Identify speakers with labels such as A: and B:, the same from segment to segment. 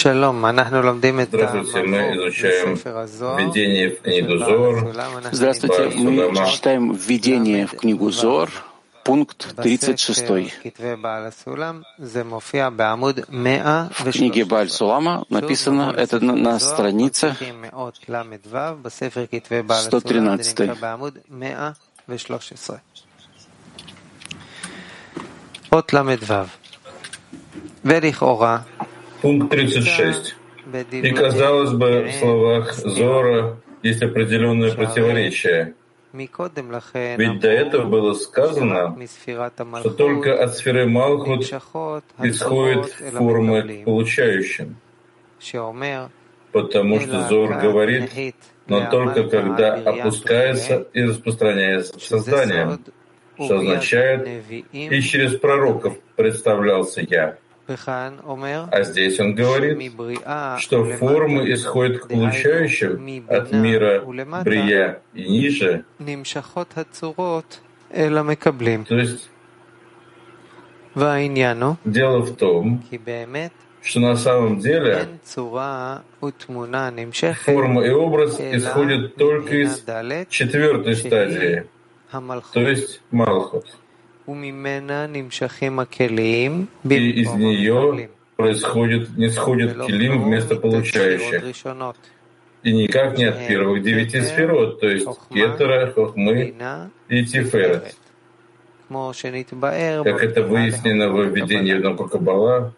A: Здравствуйте, мы изучаем введение в книгу Зор.
B: Здравствуйте, мы читаем введение в книгу Зор, пункт 36. В книге Бааль Сулама написано это на странице 113.
A: Пункт 36. И, казалось бы, в словах Зора есть определенное противоречие. Ведь до этого было сказано, что только от сферы Малхут исходят формы к получающим. Потому что Зор говорит, но только когда опускается и распространяется созданием, что означает «и через пророков представлялся я». А здесь он говорит, что формы исходят к получающим от мира Брия и ниже. То есть дело в том, что на самом деле форма и образ исходят только из четвертой стадии, то есть Малхут. И из нее не сходит келим вместо получающих. И никак не от первых 9 сферот, то есть Кетера, Хохмы и Тиферет. Как это выяснено в введении в науку Каббала.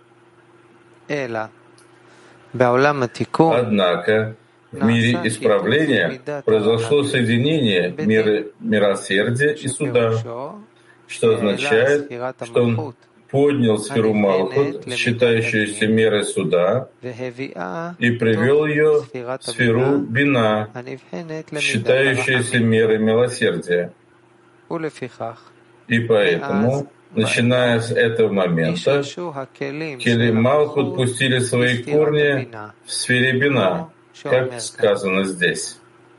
A: Однако в мире исправления произошло соединение милосердия и суда, что означает, что он поднял сферу Малхут, считающуюся мерой суда, и привел ее в сферу Бина, считающуюся мерой милосердия. И поэтому, начиная с этого момента, келим Малхут пустили свои корни в сфере Бина, как сказано здесь.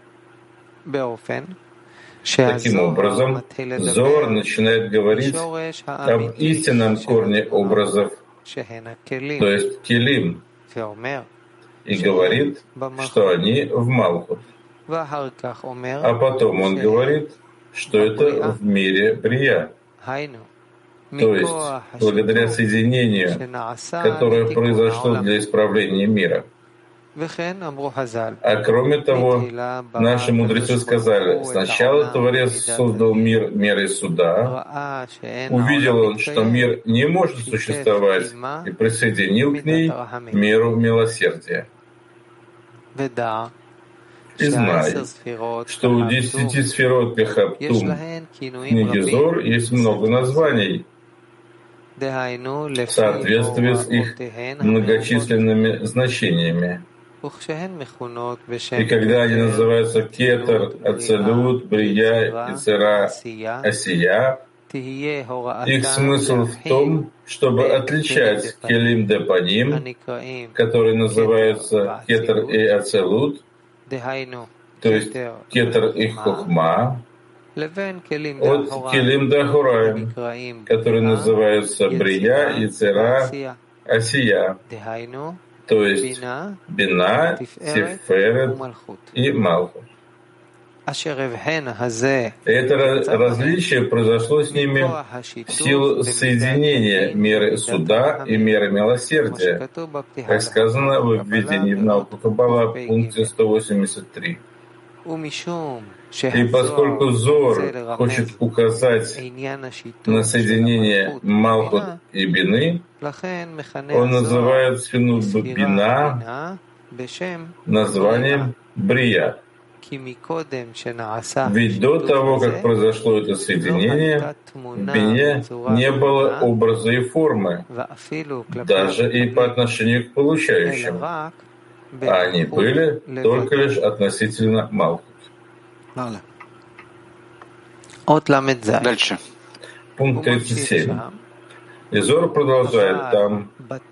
A: Таким образом, Зор начинает говорить об истинном корне образов, то есть келим, и говорит, что они в Малхут. А потом он говорит, что это в мире Брия, то есть благодаря соединению, которое произошло для исправления мира. А кроме того, наши мудрецы сказали, сначала Творец создал мир мерой суда, увидел он, что мир не может существовать, и присоединил к ней меру милосердия. И знай, что у 10 сферот Пехаптум в книге Зор есть много названий, в соответствии с их многочисленными значениями. И когда они называются Кетер, Ацелут, Брия, Ицера, Асия, их смысл в том, чтобы отличать Келим де Паним, которые называются Кетер и Ацелут, то есть Кетер и Хохма, от Келим де Хораим, которые называются Брия, Ицера, Асия, то есть Бина, Тиферет и Малхут. Это различие произошло с ними в силу соединения меры суда и меры милосердия, как сказано в введении в науку Каббала в пункте 183. И поскольку Зор хочет указать на соединение Малхут и Бины, он называет сферу Бина названием Брия. Ведь до того, как произошло это соединение, в Бине не было образа и формы, даже и по отношению к получающим, а они были только лишь относительно Малхут.
B: Дальше.
A: Пункт 37. И Зор продолжает там.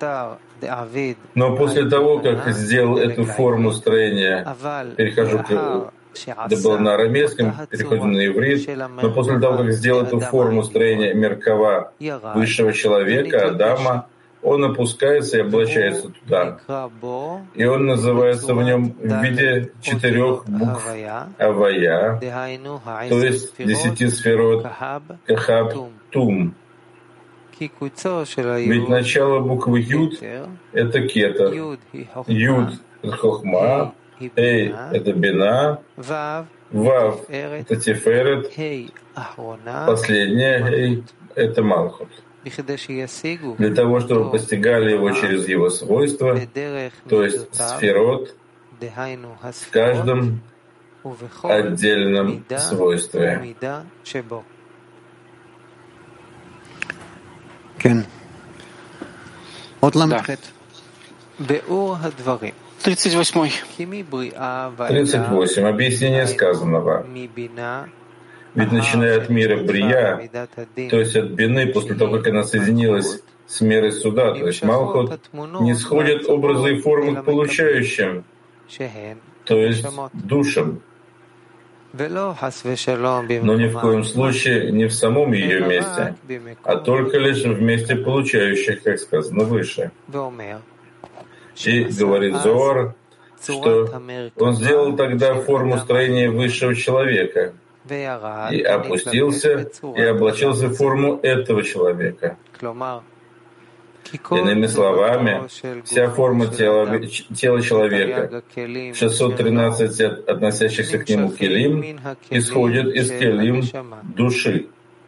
A: Но после того, как сделал эту форму строения, перехожу это было на арамейском, переходим на иврит, но после того, как сделал эту форму строения Меркава, высшего человека, Адама, он опускается и облачается туда. И он называется в нем в виде 4 букв Авая, то есть 10 сферот Кахаб Тум. Ведь начало буквы Юд — это Кетер, Юд — это Хохма, Эй — это Бина, Вав — это Тиферет, последняя Эй — это Малхут. Для того, чтобы постигали его через его свойства, то есть сферот, в каждом отдельном свойстве. 38. Объяснение сказанного. Ведь начиная от мира Брия, то есть от Бины, после того, как она соединилась с мерой суда, то есть Малхут, не сходят образы и формы к получающим, то есть душам. Но ни в коем случае не в самом ее месте, а только лишь в месте получающих, как сказано выше. И говорит Зоар, что он сделал тогда форму строения высшего человека и опустился и облачился в форму этого человека. Иными словами, вся форма тела человека, 613 относящихся к нему келим, исходит из келим души.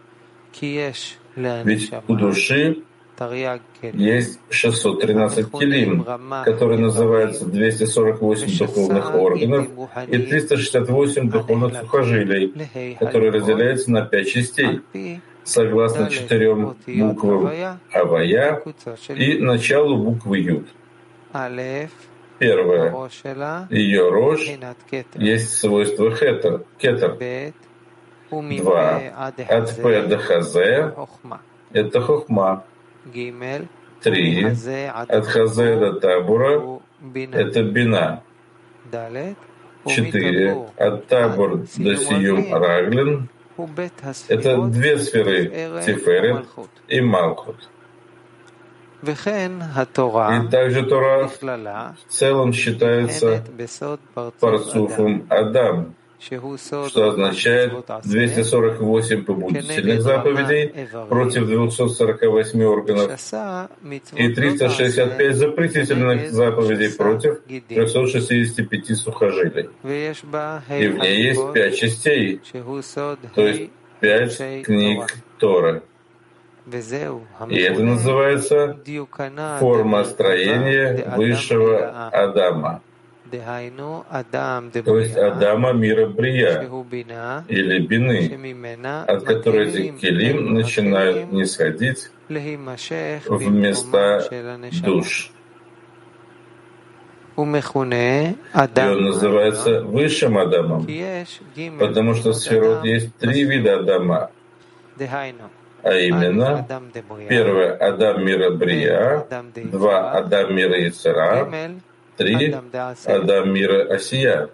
A: Ведь у души есть 613 келим, которые называются 248 духовных органов и 368 духовных сухожилий, которые разделяются на 5 частей, согласно 4 буквам Авая и началу буквы Юд. Первое. Ее рожь есть свойство кетер. 2. От П до Хазе — это хохма. 3. От Хазе до Табура — это бина. 4. От Табур до Сиюм Раглин — это 2 сферы Тиферет и Малхут. И также Тора в целом считается парцуфом Адам, что означает 248 побудительных заповедей против 248 органов и 365 запретительных заповедей против 365 сухожилий. И в ней есть 5 частей, то есть 5 книг Торы. И это называется форма строения высшего Адама, то есть Адама мира Брия, или Бины, от которой эти келим начинают нисходить в места душ. И он называется высшим Адамом, потому что в сферот есть 3 вида Адама, а именно, первое — Адам мира Брия, 2 — Адам мира Ицера, 3 — Адам мира Осия.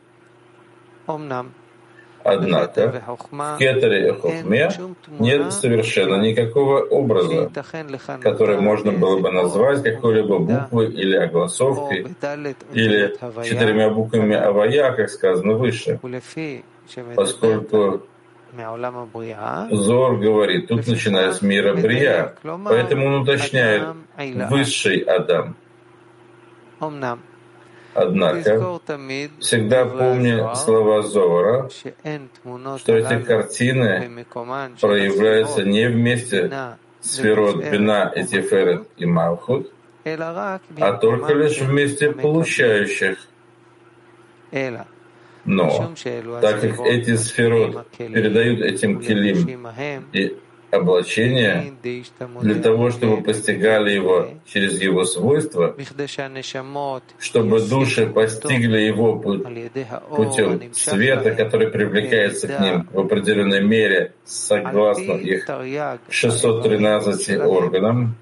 A: Однако в Кетере и Хохме нет совершенно никакого образа, который можно было бы назвать какой-либо буквой или огласовкой, или 4 буквами Авая, как сказано выше, поскольку Зор говорит, тут начиная с мира Брия, поэтому он уточняет высший Адам. Однако, всегда помни слова Зора, что эти картины проявляются не вместе сферот Бина и Тиферет и Малхут, а только лишь вместе получающих. Но, так как эти сферот передают этим келим и облачение для того, чтобы постигали его через его свойства, чтобы души постигли его путем света, который привлекается к ним в определенной мере согласно их 613 органам.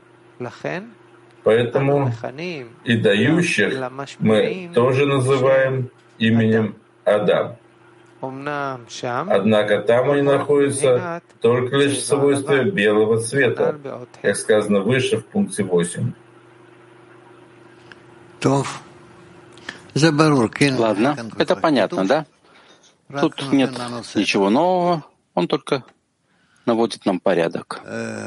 A: Поэтому и дающих мы тоже называем именем Адам. Однако там они находятся только лишь в свойстве белого цвета, как сказано выше в пункте 8.
B: Ладно, это понятно, да? Тут нет ничего нового, он только наводит нам порядок.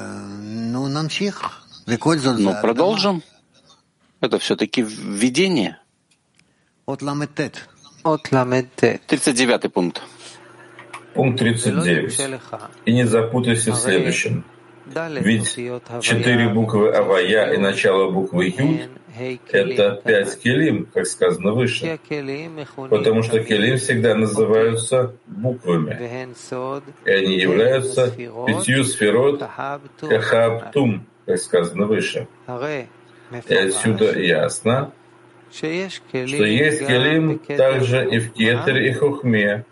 B: Но продолжим. Это все-таки введение. 39-й пункт.
A: Пункт 39. И не запутайся в следующем. Ведь 4 буквы Авая и начало буквы Юд — это 5 келим, как сказано выше. Потому что келим всегда называются буквами. И они являются 5 сферот кахаптум, как сказано выше. И отсюда ясно, что есть келим также и в кетере и хохме,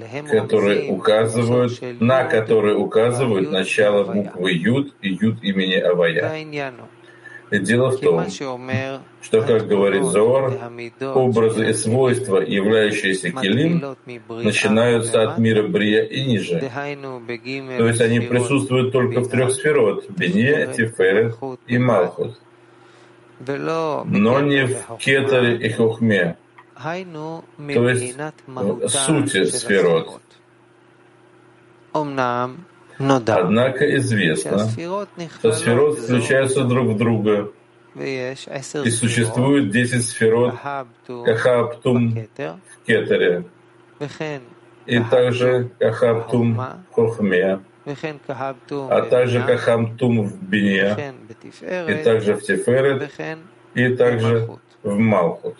A: на которые указывают начало буквы Юд и Юд имени Авая. И дело в том, что, как говорит Зоар, образы и свойства, являющиеся келим, начинаются от мира Брия и ниже. То есть они присутствуют только в 3 сферот — Бинья, Тиферет и Малхут, но не в кетере и хохме, то есть в сути сферот. Однако известно, что сферот включаются друг в друга, и существует 10 сферот кахаптум в кетере, и также кахаптум в хохме, а также кахаптум в бине, и также в тиферет, и также в малхут.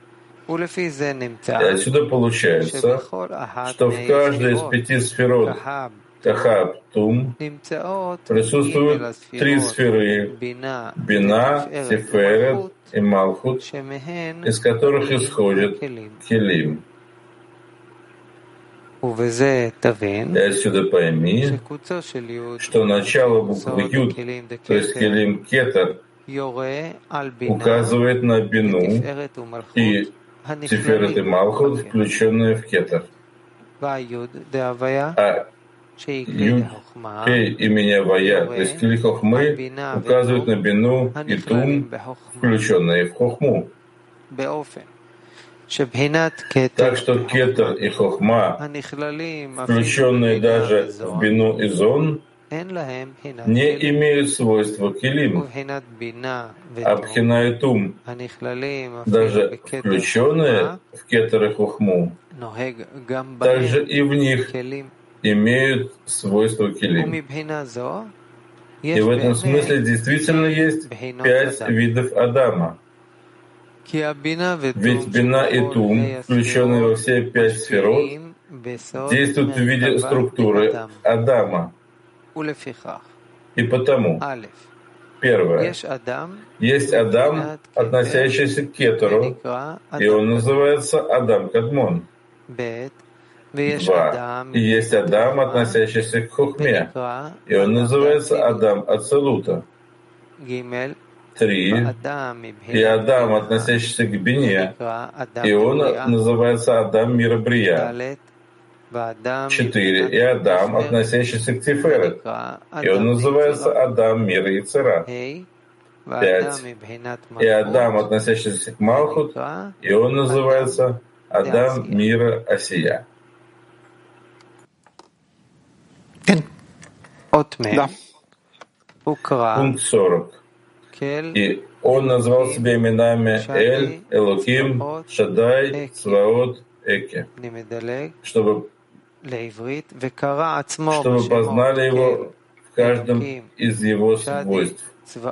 A: И отсюда получается, что в каждой из 5 сферот кахаптум присутствуют 3 сферы — бина, тиферет и малхут, из которых исходит келим. И отсюда пойми, что начало буквы Юд, то есть келим кетер, указывает на бину и тиферет и малхут, включенные в кетер. А Юд, Хей имени Авая, то есть кли хохмы, указывают на бину и тум, включенные в хохму. Так что кетер и хохма, включенные даже в бину и зон, не имеют свойства келим, а бхина и тум, даже включенные в кетер и хохму, также и в них имеют свойства келим. И в этом смысле действительно есть 5 видов Адама. Ведь бина и тум, включенные во все 5 сферот, действуют в виде структуры Адама. И потому, первое, есть Адам, относящийся к кетеру, и он называется Адам Кадмон. 2. Есть Адам, относящийся к хохме, и он называется Адам Ацелута. 3. И Адам, относящийся к бине, и он называется Адам мира Брия. 4. И Адам, относящийся к Тиферет, и он называется Адам мира Яцера. 5. И Адам, относящийся к Малхут, и он называется Адам мира Асия.
B: Да.
A: Пункт 40. И он назвал себя именами Эль, Элоким, Шадай, Цваот, Эке, чтобы познали его в каждом из его свойств.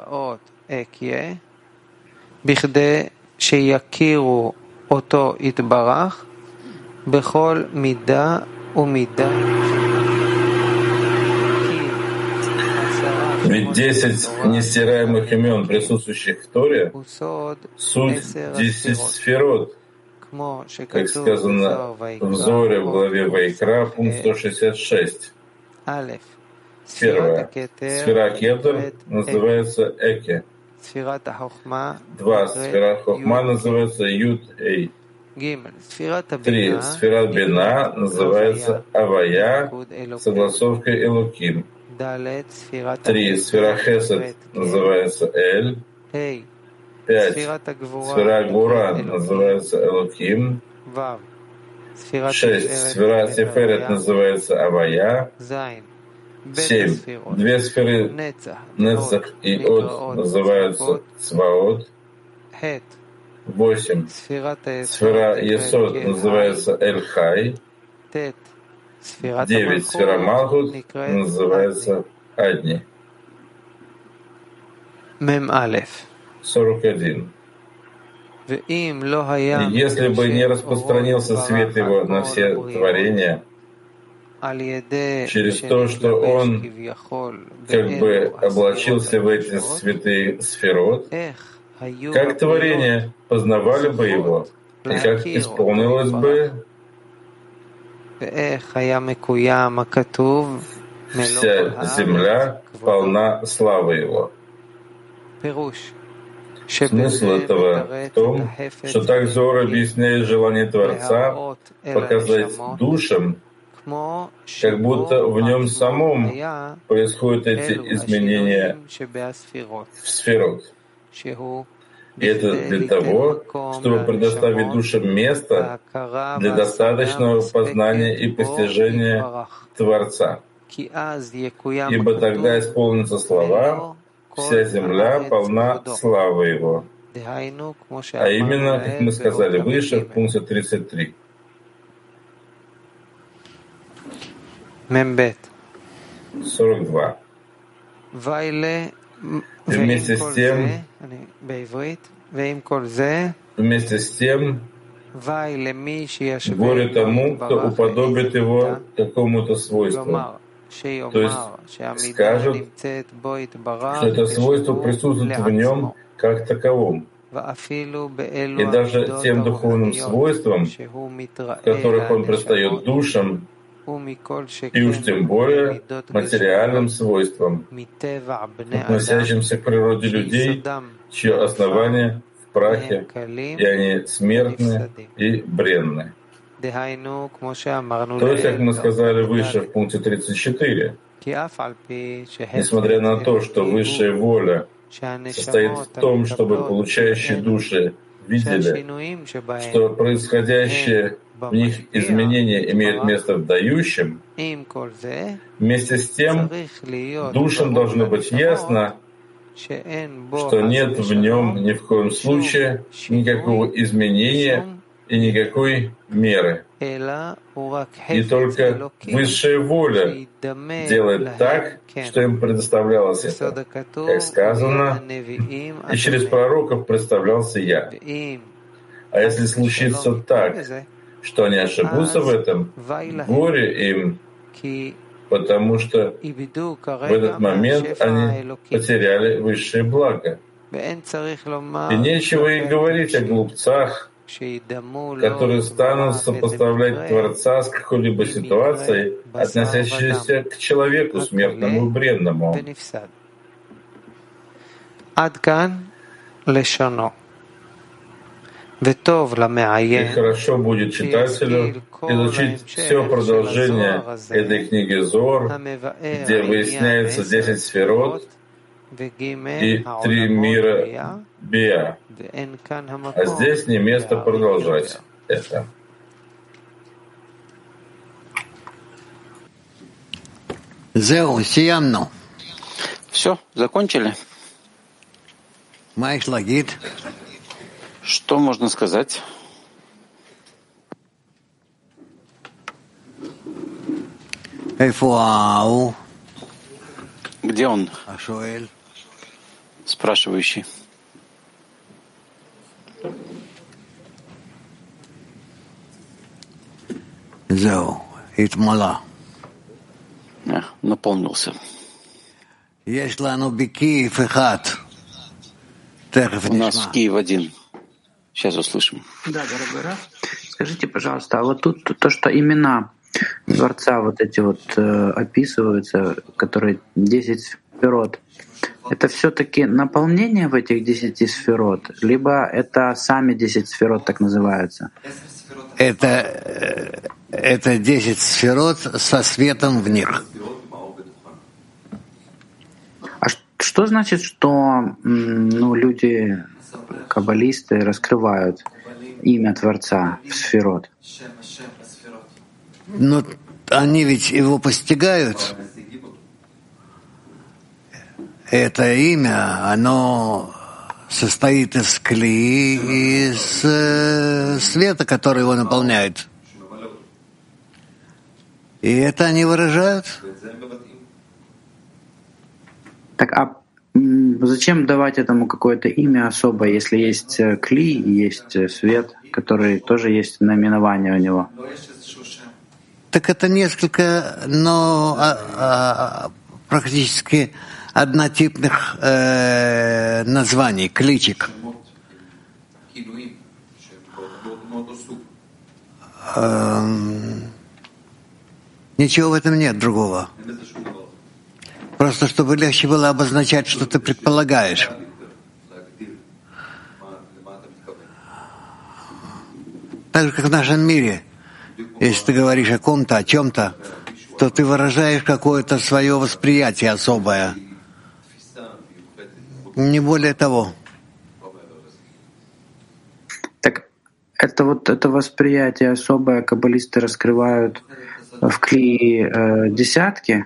A: Ведь 10 нестираемых имен, присутствующих в Торе, суть 10 сферот, как сказано в Зоре в главе Вайкра, пункт 166. Первое. Сфера Кетер называется Эке. 2. Сфера Хохма называется Юд Эй. 3. Сферат Бина называется Авая, согласовкой Элоким. 3. Сфера Хесед называется Эль. 5. Сфера Гура называется Элоким. 6. Сфера Тиферет называется Авая. 7. 2 сферы Нецах и Од называются Цваот. 8. Сфера Есод называется Эль-Хай. 9. Сфера Малхут называется Адни. 41. И если бы не распространился свет его на все творения, через то, что он как бы облачился в эти святые сферот, как творения познавали бы его, и как исполнилось бы вся земля полна славы его. Смысл этого в том, что так Зор объясняет желание Творца показать душам, как будто в нем самом происходят эти изменения в сферот. И это для того, чтобы предоставить душам место для достаточного познания и постижения Творца. Ибо тогда исполнятся слова «Вся земля полна славы Его». А именно, как мы сказали выше, в пункте 33. 42. Вместе с тем, горе тому, кто уподобит его какому-то свойству. То есть скажут, что это свойство присутствует в нем как таковом. И даже тем духовным свойствам, в которых он предстает душам, и уж тем более материальным свойствам, относящимся к природе людей, чье основание в прахе, и они смертны и бренны. То есть, как мы сказали выше в пункте 34, несмотря на то, что высшая воля состоит в том, чтобы получающие души видели, что происходящее в них изменения имеют место в дающем, вместе с тем душам должно быть ясно, что нет в нем ни в коем случае никакого изменения и никакой меры. И только высшая воля делает так, что им предоставлялось это. Как сказано, и через пророков представлялся я. А если случится так, что они ошибутся в этом, горе им, потому что в этот момент они потеряли высшее благо. И нечего и говорить о глупцах, которые станут сопоставлять Творца с какой-либо ситуацией, относящейся к человеку смертному и бренному. И хорошо будет читателю изучить все продолжение этой книги Зор, где выясняется 10 сферот и 3 мира Биа. А здесь не место продолжать это.
B: Все, закончили? Что можно сказать? Где он? Спрашивающий. Наполнился. У нас в Киев один. Сейчас услышим.
C: Да, дорогой Раф. Скажите, пожалуйста, а вот тут то, что имена Творца вот эти вот описываются, которые 10 сферот, это все-таки наполнение в этих 10 сферот, либо это сами 10 сферот так называются?
D: Это 10 сферот со светом в них.
C: А что значит, что люди, каббалисты, раскрывают имя Творца в сферот?
D: Но они ведь его постигают. Это имя, оно состоит из клеи и из света, который его наполняет. И это они выражают.
C: Так, а зачем давать этому какое-то имя особое, если есть кли и есть свет, который тоже есть наименование у него?
D: Так это несколько, но практически однотипных названий, кличек. Ничего в этом нет другого. Просто чтобы легче было обозначать, что ты предполагаешь. Так же, как в нашем мире. Если ты говоришь о ком-то, о чем-то, то ты выражаешь какое-то свое восприятие особое. Не более того.
C: Так это восприятие особое каббалисты раскрывают в кли десятки?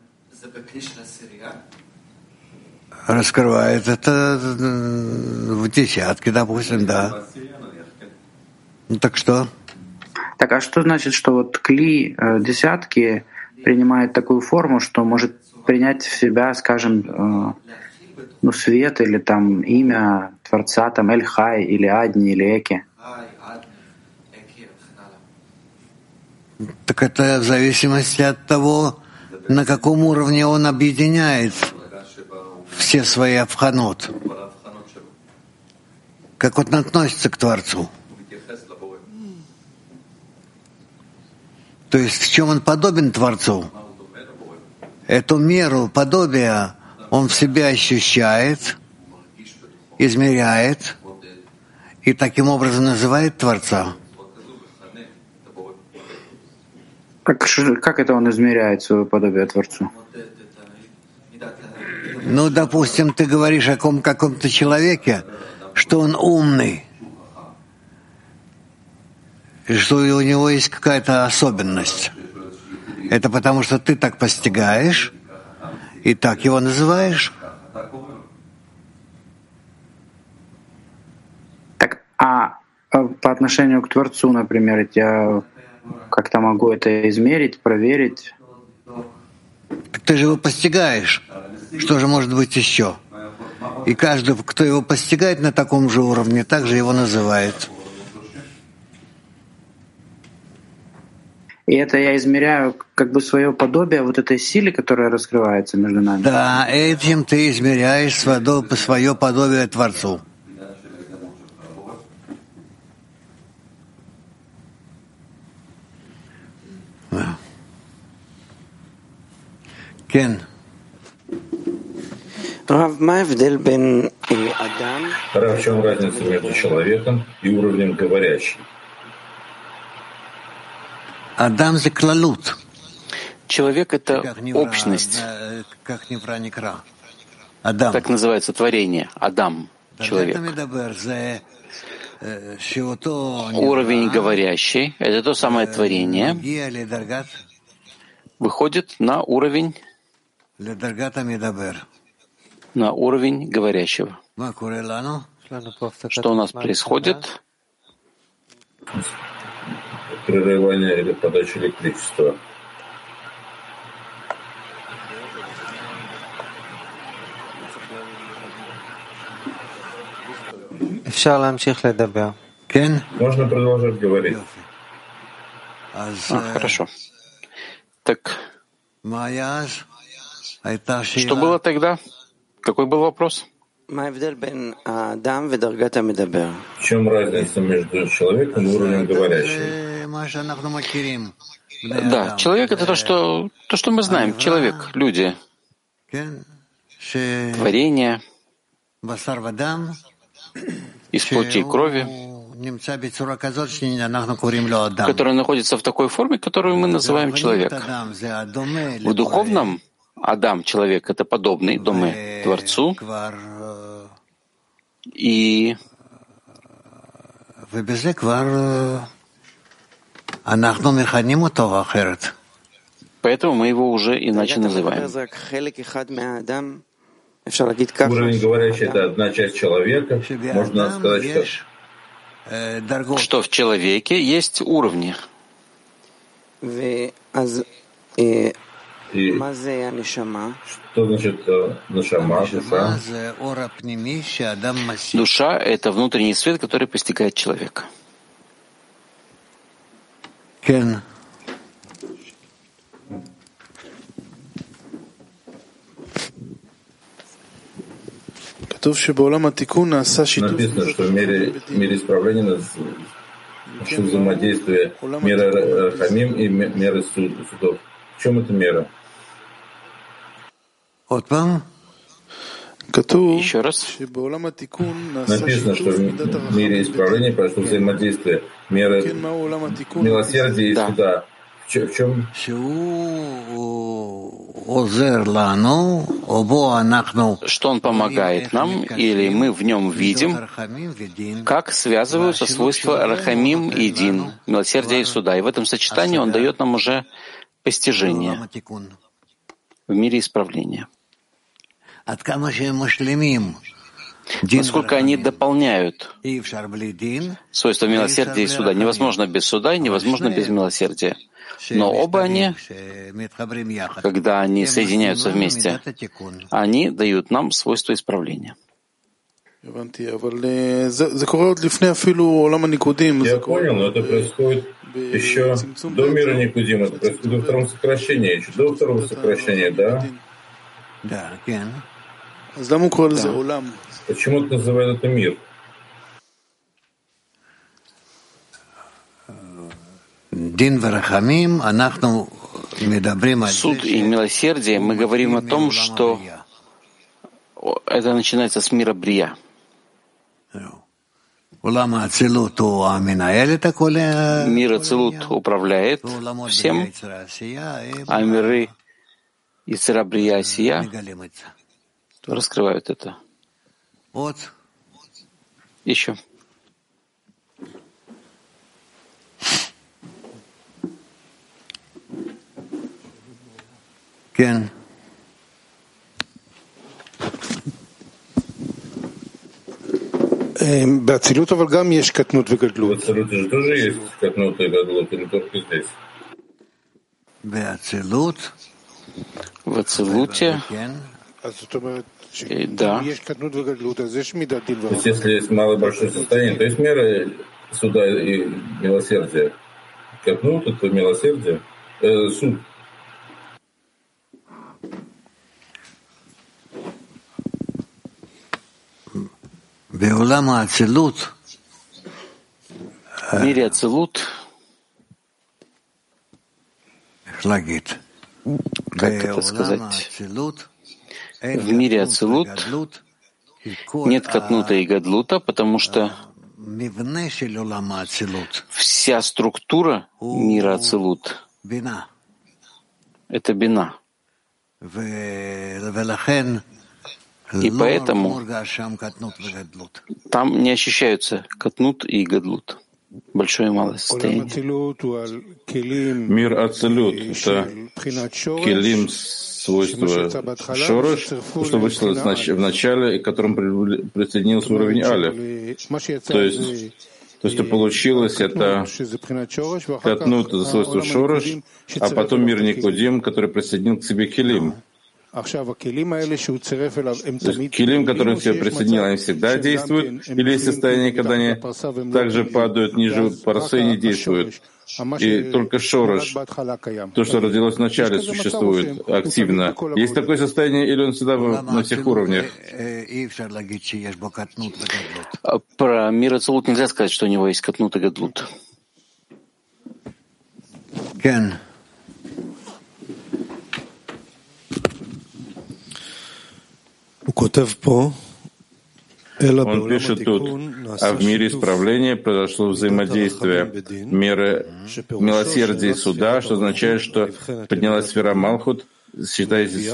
D: Раскрывает это в десятки, допустим, да. Ну так что?
C: Так а что значит, что вот кли десятки принимает такую форму, что может принять в себя, скажем, свет или там имя Творца, там Эль-Хай или Адни или Эки?
D: Так это в зависимости от того, на каком уровне он объединяет все свои авханот. Как он относится к Творцу. То есть в чем он подобен Творцу? Эту меру подобия он в себе ощущает, измеряет и таким образом называет Творца.
C: Как это он измеряет свое подобие Творцу?
D: Ну, допустим, ты говоришь о каком-то человеке, что он умный, и что у него есть какая-то особенность. Это потому, что ты так постигаешь и так его называешь.
C: Так, а по отношению к Творцу, например, я как-то могу это измерить, проверить?
D: Так ты же его постигаешь. Что же может быть еще? И каждый, кто его постигает на таком же уровне, также его называет.
C: И это я измеряю как бы свое подобие вот этой силе, которая раскрывается между нами.
D: Да, этим ты измеряешь свое подобие Творцу. Кен.
A: Рав, в чем разница между человеком и уровнем говорящим?
D: Адам за клалут.
B: Человек — это общность.
D: Адам.
B: Так называется творение. Адам — человек. Уровень говорящий — это то самое творение, выходит на уровень говорящего. Что у нас происходит?
A: Прерывание или подача электричества. Можно продолжать говорить.
B: Хорошо. Так, что было тогда? Какой был вопрос?
A: В чем разница между человеком и уровнем говорящего?
B: Да, человек — это то, что мы знаем. Человек, люди. творения, из плоти и крови, который находится в такой форме, которую мы называем человек. В духовном Адам, человек, это подобный Доме Творцу, и поэтому мы его уже иначе называем.
A: Уровень говорящий — это одна часть человека. Можно сказать,
B: что в человеке есть уровни.
A: И что значит нашама, душа?
B: Душа — это внутренний свет, который постигает человека.
A: Написано, что в мире исправления что взаимодействие мира Рахамим и меры судов. В чем эта мера?
B: Еще раз.
A: Написано, что в мире исправления произошло взаимодействие меры милосердия и суда. В чем?
B: Что он помогает нам, или мы в нем видим, как связываются свойства Рахамим и Дин, милосердия и суда. И в этом сочетании он дает нам уже постижение в мире исправления. Насколько они дополняют свойства милосердия и суда. Невозможно без суда и невозможно без милосердия. Но оба они, когда они соединяются вместе, они дают нам свойства исправления.
A: Я понял, но это происходит еще до мира Никудим, это происходит во втором сокращении, еще до второго сокращения, да?
D: Да.
A: Почему это называют это мир?
B: Суд и милосердие, мы говорим о том, что это начинается с мира Брия. Мир Ацилут управляет всем, а миры Ицера Брия Асия раскрывают это. Еще.
D: Кен.
A: באצילות אבל גם יש קטנות וגדלות. באצילות же тоже есть катнут и гадлут, или только здесь?
D: באצילות?
B: В Ацилуте, да.
A: То есть если есть малое и большое состояние, то есть мера суда и милосердия. Катнут — это милосердие, суд.
B: В мире Ацилут, как это сказать, в мире Ацилут нет катнута и гадлута, потому что вся структура мира Ацилут — это бина. И поэтому там не ощущаются катнут и гадлут, большое и малое состояние.
A: Мир Ацилут — это келим свойства шорош, что вышло в начале, и к которому присоединился уровень алеф. То есть что получилось, это катнут, это свойство шорош, а потом мир Никудим, который присоединил к себе келим. То есть келим, который он себе присоединил, они всегда действуют, или есть состояние, когда они также падают ниже парсы и не действуют. И только шорош, то, что родилось в начале, существует активно. Есть такое состояние, или он всегда на всех уровнях?
B: Про мир Ацилут нельзя сказать, что у него есть катнут и гадлут.
A: Он пишет тут, а в мире исправления произошло взаимодействие меры милосердия и суда, что означает, что поднялась сфера Малхут, считающаяся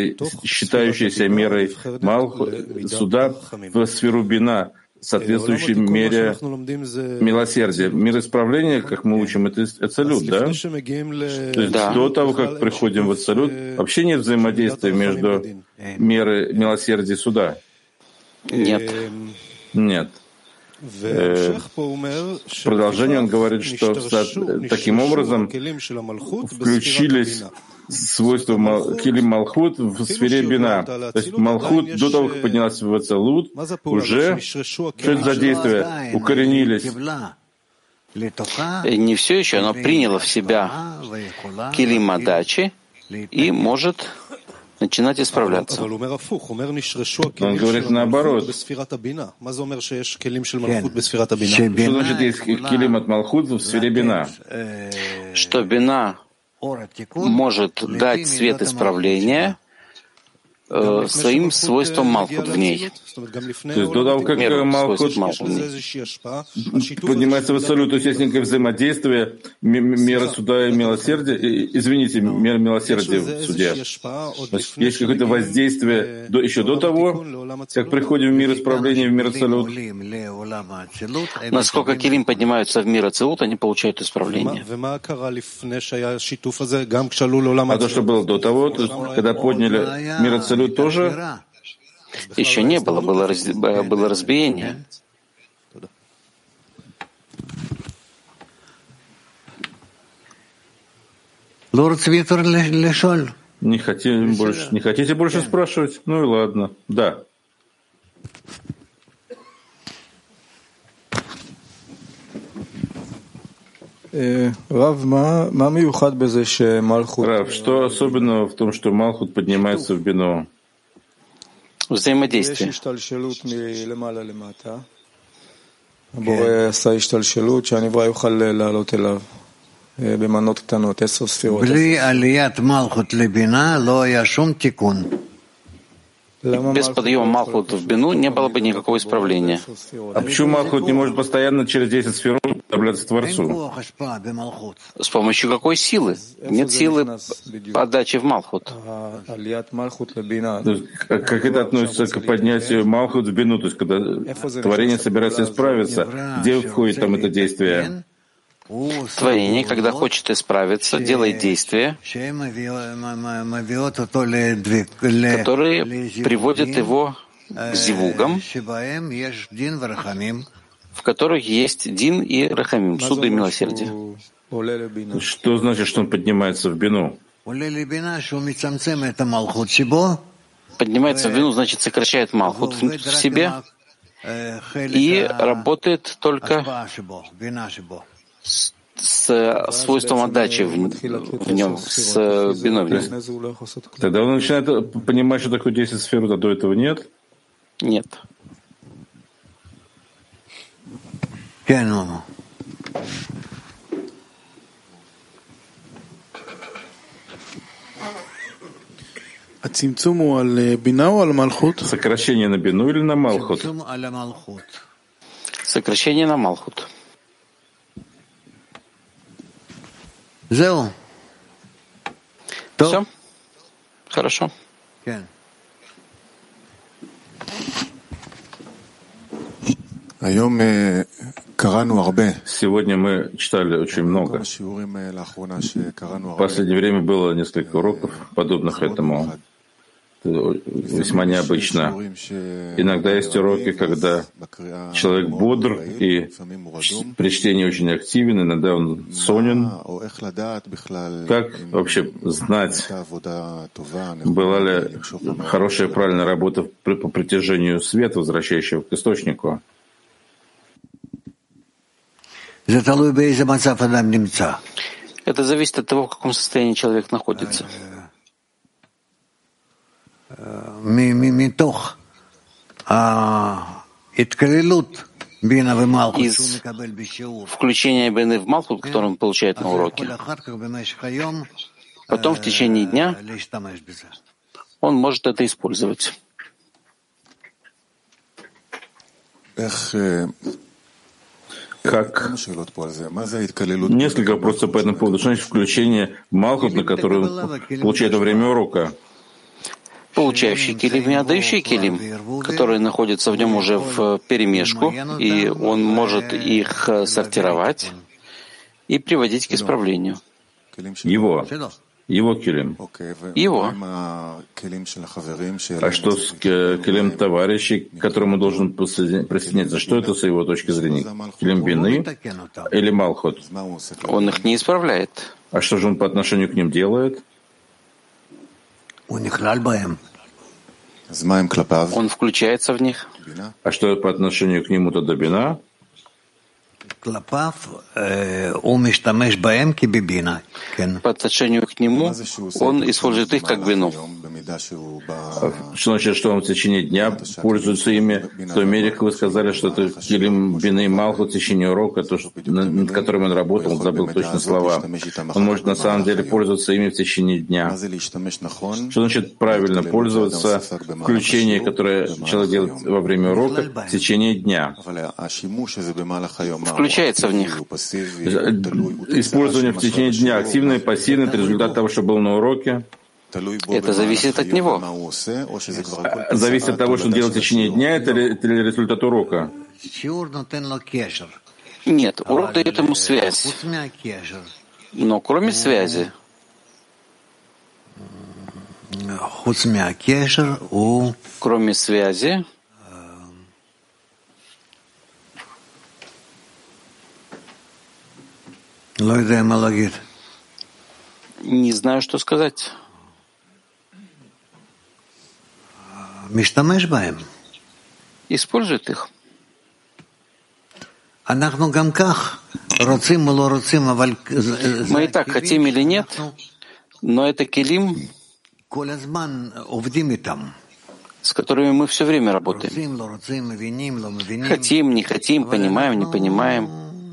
A: мерой суда в сферу Бина, соответствующей мере милосердия. Мир исправления, как мы учим, это Ацалют, да? То есть до того, как приходим в Ацалют, вообще нет взаимодействия между мерой милосердия и суда.
B: Нет.
A: Нет. В продолжении он говорит, что таким образом включились свойства Килим Малхут в сфере Бина. То есть Малхут до того, как поднялась в Ацалут, уже, что это за действие, укоренились.
B: Не все еще, оно приняло в себя Килим Адачи и может начинать исправляться.
A: Он говорит наоборот. Что значит есть Килим от Малхут в сфере Бина?
B: Что Бина может дать свет исправления своим свойством Малхут в ней.
A: То есть до того, как Малхут поднимается в Ацалют, то есть есть некое взаимодействие меры суда и милосердия, меры милосердия в суде. Есть какое-то воздействие еще до того, как приходим в мир исправления, в мир Ацалют.
B: Насколько Килим поднимаются в мир Ацалут, они получают исправление.
A: А то, что было до того, то есть, когда подняли мир Ацалют, тоже?
B: Еще не было, было разбиение.
A: Не хотите больше спрашивать? Ну и ладно. Да.
E: Рав,
A: что особенного в том, что Малхут поднимается в Бину?
B: Взаимодействие. Без подъема Малхут в Бину не было бы никакого исправления.
A: А почему Малхут не может постоянно через 10 сферот уподобляться Творцу?
B: С помощью какой силы? Нет силы подачи в Малхут.
A: Как это относится к поднятию Малхут в Бину? То есть, когда творение собирается исправиться, где входит там это действие?
B: Творение, когда хочет исправиться, делает действия, которые приводят его к зивугам, в которых есть дин и рахамим, суды и милосердие.
A: Что значит, что он поднимается в Бину?
B: Поднимается в Бину, значит, сокращает Малхут в себе и работает только с свойством отдачи в нем, с биной в нем.
A: Тогда он начинает понимать, что такое 10 сфер, а до этого нет?
B: Нет.
A: Сокращение на Бину или на Малхут?
B: Сокращение на Малхут.
D: Все?
B: Хорошо.
A: Сегодня мы читали очень много. В последнее время было несколько уроков, подобных этому. Это весьма необычно. Иногда есть уроки, когда человек бодр и при чтении очень активен, иногда он сонен. Как вообще знать, была ли хорошая, правильная работа по притяжению света, возвращающего к источнику?
B: Это зависит от того, в каком состоянии человек находится. Из включения Бины в Малхут, который он получает на уроке. Потом в течение дня он может это использовать.
A: Как несколько вопросов по этому поводу. Что значит включение в Малхут, на который он получает во время урока?
B: Получающий килим и отдающий килим, которые находятся в нем уже в перемешку, и он может их сортировать и приводить к исправлению.
A: Его килим.
B: Его.
A: А что с килим товарищей, к которому должен присоединяться? Что это с его точки зрения? Килим бины или Малхут?
B: Он их не исправляет.
A: А что же он по отношению к ним делает?
B: Он включается в них.
A: А что по отношению к нему тогда бина?
B: По отношению к нему он использует их как бину.
A: Что значит, что он в течение дня пользуется ими? В той мере, как вы сказали, что это килим бины и Малхут в течение урока, то, над которым он работал, он забыл точно слова. Он может на самом деле пользоваться ими в течение дня. Что значит правильно пользоваться включение, которое человек делает во время урока в течение дня?
B: Включается в них.
A: Использование в течение дня активное и пассивное — это результат того, что был на уроке.
B: Это зависит от него.
A: Зависит от того, что он делает в течение дня, это ли результат урока?
B: Нет, урок дает ему связь. Но кроме связи, не знаю, что сказать. Использует их. Мы и так хотим или нет, но это килим, с которыми мы все время работаем. Хотим, не хотим, понимаем, не понимаем.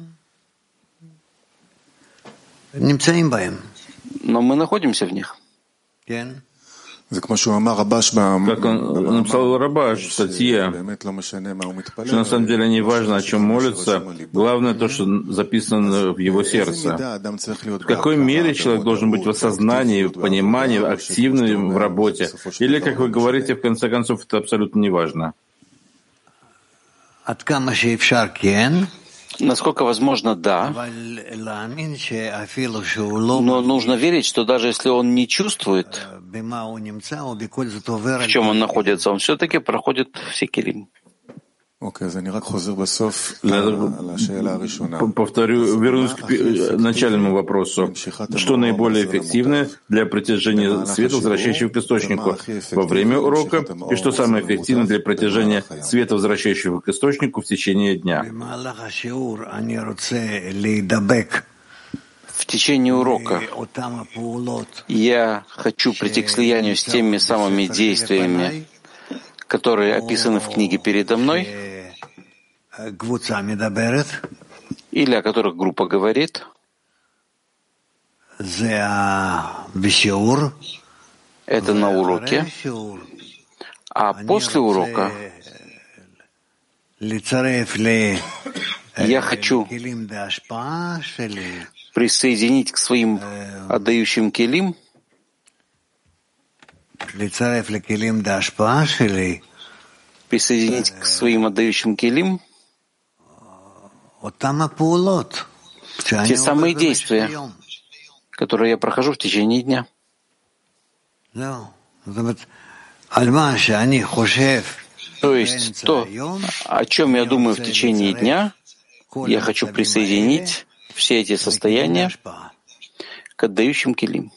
B: Но мы находимся в них.
A: Как он написал Рабаш в статье, что на самом деле не важно, о чем молится, главное то, что записано в его сердце. В какой мере человек должен быть в осознании, в понимании, активным в работе? Или, как вы говорите, в конце концов, это абсолютно не важно?
B: Насколько возможно, да. Но нужно верить, что даже если он не чувствует, в чем он находится, он все-таки проходит все килим.
A: Повторю, вернусь к начальному вопросу. Что наиболее эффективно для притяжения света, возвращающего к источнику во время урока, и что самое эффективное для притяжения света, возвращающего к источнику в течение дня?
B: В течение урока я хочу прийти к слиянию с теми самыми действиями, которые описаны в книге передо мной, или о которых группа говорит. Это на уроке. А после урока я хочу присоединить к своим отдающим килим те самые действия, которые я прохожу в течение дня. То есть то, о чем я думаю в течение дня, я хочу присоединить все эти состояния к отдающим килим.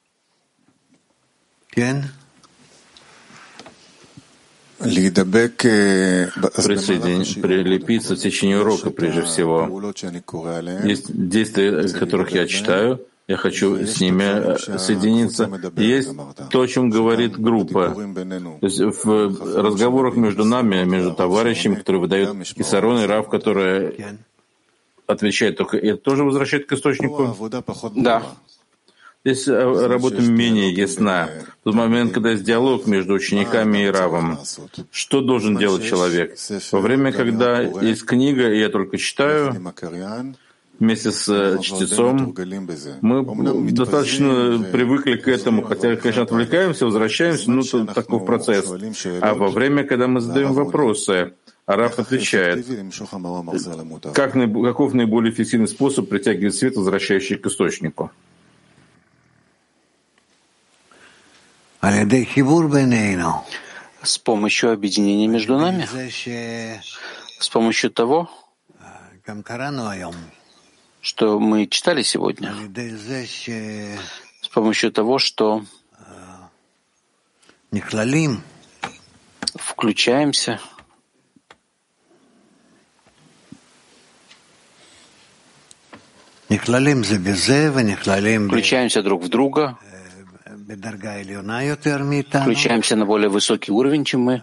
A: Прилепиться в течение урока прежде всего. Есть действия, которых я читаю, я хочу с ними соединиться. Есть то, о чем говорит группа. То есть в разговорах между нами, между товарищами, которые выдают Кисарон и Рав, которые отвечают только, это тоже возвращает к источнику?
B: Да.
A: Здесь работа менее ясна. В тот момент, когда есть диалог между учениками и равом, что должен делать человек? Во время, когда есть книга, и я только читаю, вместе с чтецом, мы достаточно привыкли к этому, хотя, конечно, отвлекаемся, возвращаемся, но это такой процесс. А во время, когда мы задаем вопросы, Рав отвечает, каков наиболее эффективный способ притягивать свет, возвращающий к источнику?
B: С помощью объединения между нами, с помощью того, что мы читали сегодня, с помощью того, что включаемся, включаемся друг в друга, включаемся на более высокий уровень, чем мы,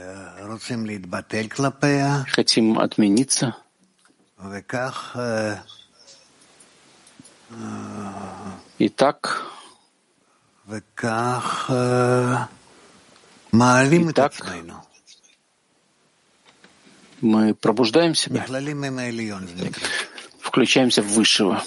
B: хотим отмениться, и так мы пробуждаем себя, включаемся в Высшего.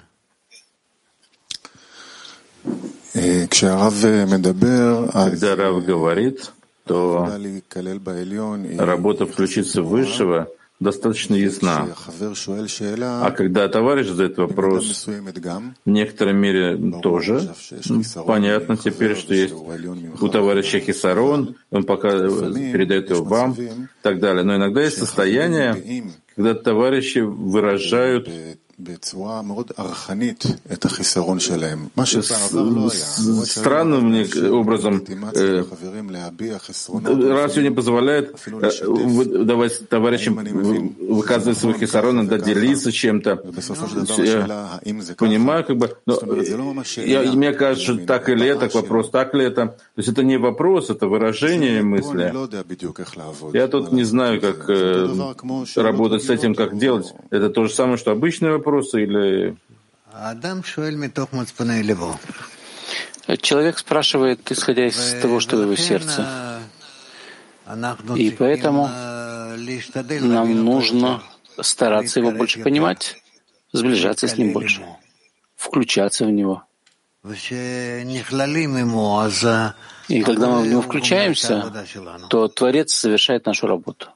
A: Когда Рав говорит, то работа включиться в Высшего достаточно ясна. А когда товарищ задает вопрос, в некоторой мере тоже понятно теперь, что есть у товарища хисарон, он пока передает его вам и так далее. Но иногда есть состояние, когда товарищи выражают странным образом, раз сегодня позволяет давать товарищам выказывать свой хисарон, иногда делиться чем-то. Я понимаю, но мне кажется, что так или это, вопрос так ли это. То есть это не вопрос, это выражение мысли. Я тут не знаю, как работать с этим, как делать. Это то же самое, что обычный вопрос или...
B: Человек спрашивает, исходя из того, что в его сердце. И поэтому нам нужно стараться его больше понимать, сближаться с ним больше, включаться в него. И когда мы в него включаемся, то Творец совершает нашу работу.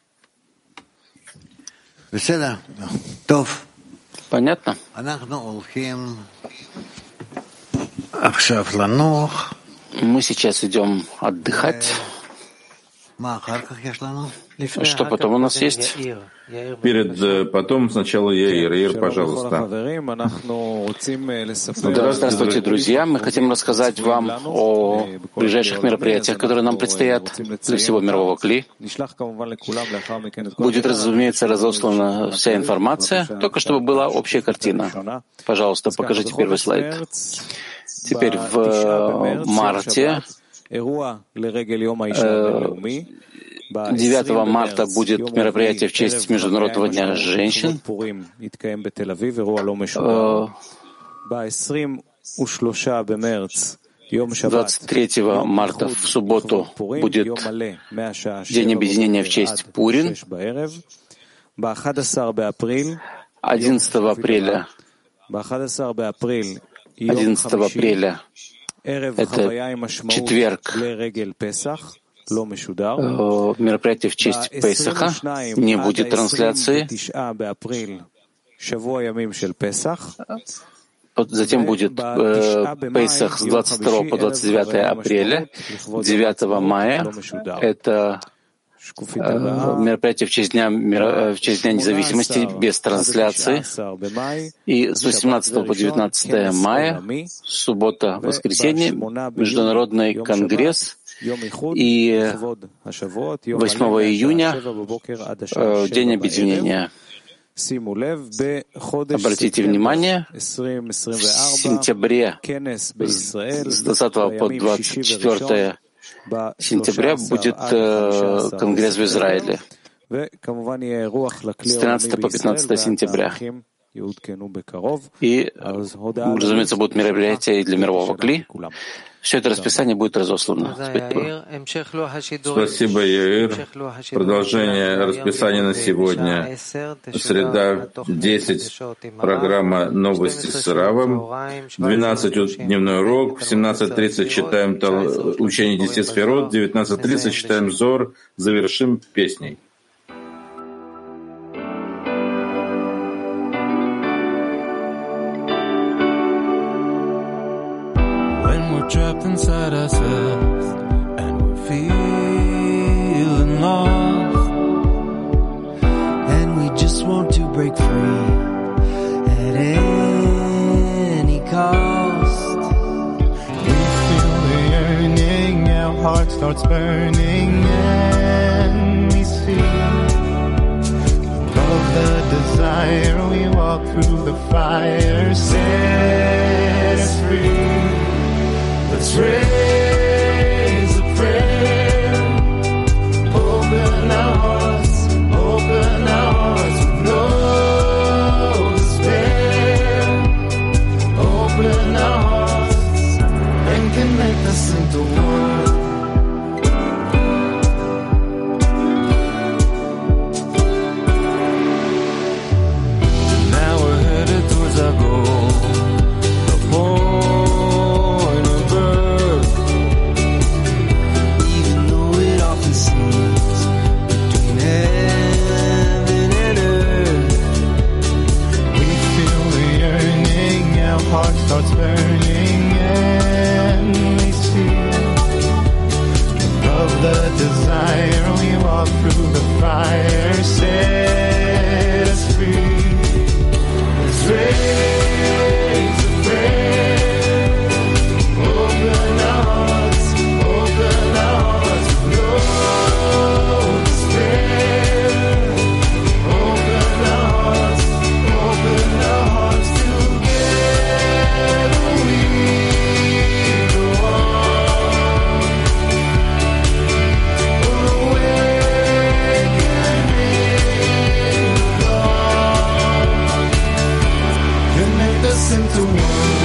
B: Понятно? Мы сейчас идем отдыхать. Что потом у нас есть?
A: Потом сначала Яир, пожалуйста.
B: Да, здравствуйте, друзья. Мы хотим рассказать вам о ближайших мероприятиях, которые нам предстоят для всего мирового КЛИ. Будет, разумеется, разослана вся информация, только чтобы была общая картина. Пожалуйста, покажите первый слайд. Теперь в марте 9 марта будет мероприятие в честь Международного дня женщин. 23 марта в субботу будет День объединения в честь Пурим. 11 апреля это четверг, мероприятие в честь Песаха, не будет трансляции. Затем будет Песах с 22 по 29 апреля, 9 мая. Это мероприятие в честь Дня независимости без трансляции. И с 18 по 19 мая, суббота, воскресенье, Международный конгресс. И 8 июня День объединения. Обратите внимание, в сентябре с 20 по 24 сентября будет конгресс в Израиле. С 13 по 15 сентября. И, разумеется, будут мероприятия и для мирового кли. Все это расписание будет разослано.
A: Спасибо, Яир. Продолжение расписания на сегодня. Среда, 10, программа «Новости с Равом». 12 дневной урок. В 17:30 читаем учение 10 сферот. В 19:30 читаем Зор. Завершим песней.
F: Trapped inside ourselves and we're feeling lost, and we just want to break free at any cost. We feel the yearning, our heart starts burning, and we see above the desire. We walk through the fire, set us free. Let's raise a prayer, open our hearts with no despair. Open our hearts and connect us into one. Now we're headed towards our goal. Heart starts burning and we see above the desire. We walk through the fire, set us free. Let's raise a prayer, open our hearts with no despair. Open our hearts together we go on. Awakening the dawn. Connect us into one.